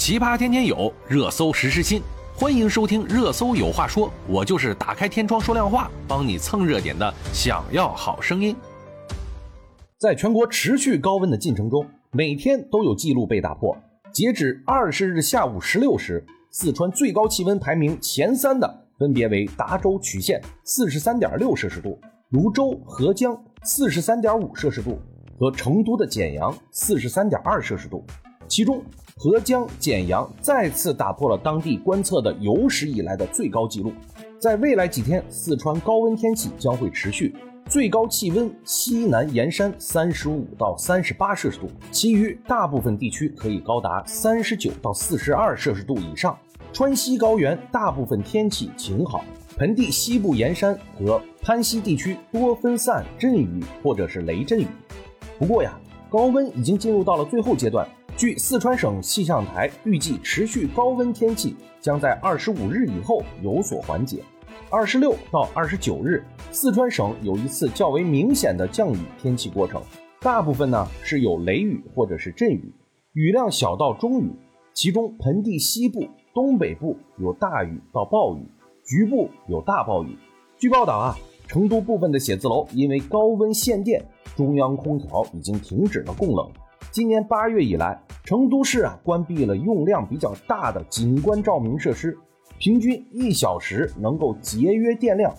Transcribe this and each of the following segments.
奇葩天天有，热搜时时新。欢迎收听热搜有话说，我就是打开天窗说亮话，帮你蹭热点的想要好声音。在全国持续高温的进程中，每天都有记录被打破。截止20日下午16时，四川最高气温排名前3的分别为达州曲县 43.6 摄氏度、泸州合江 43.5 摄氏度和成都的简阳 43.2 摄氏度。其中合江、简阳再次打破了当地观测的有史以来的最高纪录。在未来几天，四川高温天气将会持续，最高气温西南盐山35到38摄氏度，其余大部分地区可以高达39到42摄氏度以上。川西高原大部分天气晴好，盆地西部盐山和攀西地区多分散阵雨或者是雷阵雨。不过呀，高温已经进入到了最后阶段。据四川省气象台预计，持续高温天气将在25日以后有所缓解。26到29日，四川省有一次较为明显的降雨天气过程，大部分呢是有雷雨或者是阵雨，雨量小到中雨，其中盆地西部、东北部有大雨到暴雨，局部有大暴雨。据报道啊，成都部分的写字楼因为高温限电，中央空调已经停止了供冷。今年8月以来，成都市关闭了用量比较大的景观照明设施，平均1小时能够节约电量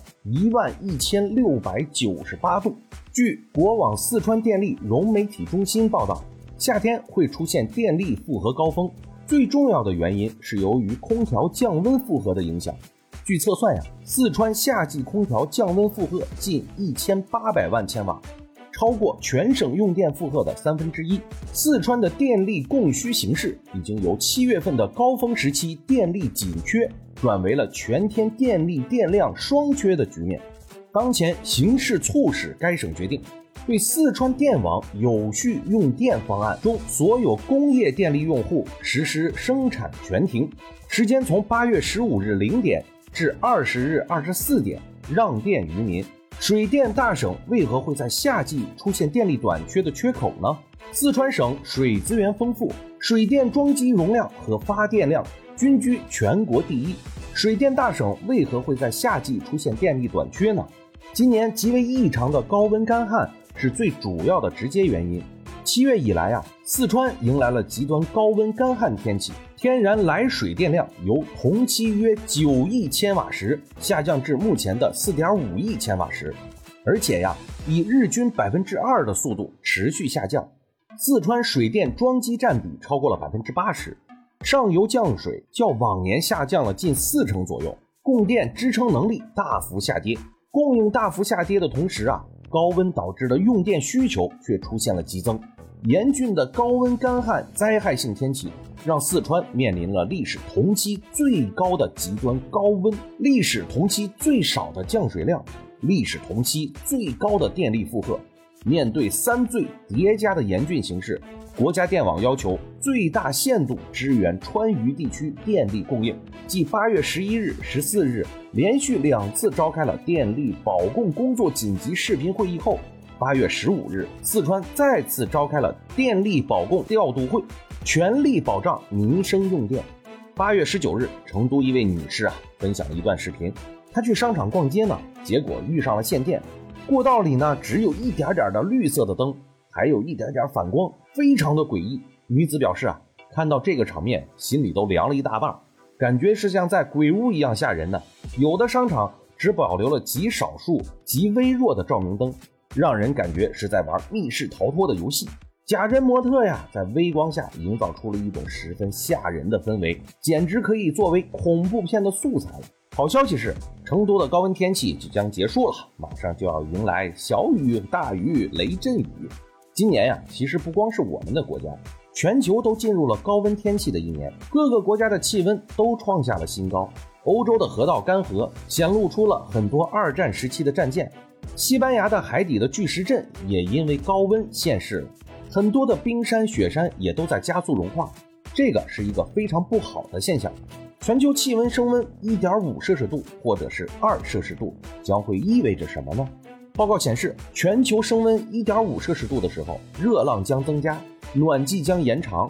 11698度。据国网四川电力融媒体中心报道，夏天会出现电力负荷高峰，最重要的原因是由于空调降温负荷的影响。据测算四川夏季空调降温负荷近1800万千瓦，超过全省用电负荷的1/3。四川的电力供需形势已经由7月份的高峰时期电力紧缺，转为了全天电力电量双缺的局面。当前形势促使该省决定对四川电网有序用电方案中所有工业电力用户实施生产全停，时间从8月15日0点至20日24点，让电于民。水电大省为何会在夏季出现电力短缺的缺口呢？四川省水资源丰富，水电装机容量和发电量均居全国第一。水电大省为何会在夏季出现电力短缺呢？今年极为异常的高温干旱是最主要的直接原因。7月以来四川迎来了极端高温干旱天气，天然来水电量由同期约9亿千瓦时下降至目前的4.5亿千瓦时，而且以日均2%的速度持续下降。四川水电装机占比超过了80%，上游降水较往年下降了近40%左右，供电支撑能力大幅下跌。供应大幅下跌的同时高温导致的用电需求却出现了激增。严峻的高温干旱灾害性天气让四川面临了历史同期最高的极端高温、历史同期最少的降水量、历史同期最高的电力负荷。面对3最叠加的严峻形势，国家电网要求最大限度支援川渝地区电力供应，继8月11日、14日连续2次召开了电力保供工作紧急视频会议后，8月15日，四川再次召开了电力保供调度会，全力保障民生用电。8月19日，成都一位女士分享了一段视频，她去商场逛街呢，结果遇上了限电，过道里呢只有一点点的绿色的灯，还有一点点反光，非常的诡异。女子表示看到这个场面心里都凉了一大半，感觉是像在鬼屋一样吓人呢。有的商场只保留了极少数极微弱的照明灯，让人感觉是在玩密室逃脱的游戏。假人模特在微光下营造出了一种十分吓人的氛围，简直可以作为恐怖片的素材了。好消息是，成都的高温天气即将结束了，马上就要迎来小雨、大雨、雷阵雨。今年其实不光是我们的国家，全球都进入了高温天气的一年，各个国家的气温都创下了新高。欧洲的河道干涸，显露出了很多2战时期的战舰。西班牙的海底的巨石阵也因为高温现世了，很多的冰山雪山也都在加速融化，这个是一个非常不好的现象。全球气温升温 1.5 摄氏度或者是2摄氏度将会意味着什么呢？报告显示，全球升温 1.5 摄氏度的时候，热浪将增加，暖季将延长，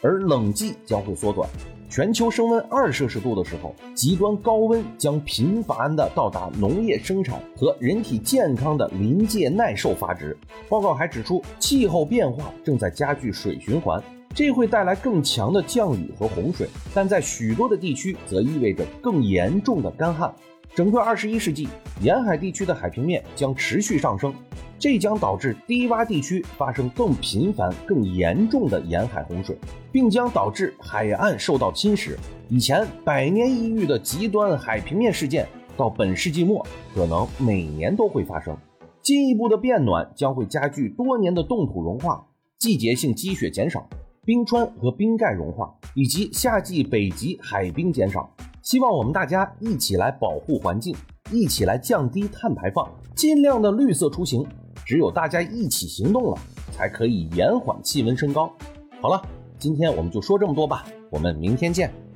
而冷季将会缩短。全球升温2摄氏度的时候，极端高温将频繁地到达农业生产和人体健康的临界耐受阀值。报告还指出，气候变化正在加剧水循环，这会带来更强的降雨和洪水，但在许多的地区则意味着更严重的干旱。整个21世纪，沿海地区的海平面将持续上升，这将导致低洼地区发生更频繁、更严重的沿海洪水，并将导致海岸受到侵蚀。以前100年一遇的极端海平面事件，到本世纪末可能每年都会发生。进一步的变暖将会加剧多年的冻土融化、季节性积雪减少、冰川和冰盖融化，以及夏季北极海冰减少。希望我们大家一起来保护环境，一起来降低碳排放，尽量的绿色出行。只有大家一起行动了，才可以延缓气温升高。好了，今天我们就说这么多吧，我们明天见。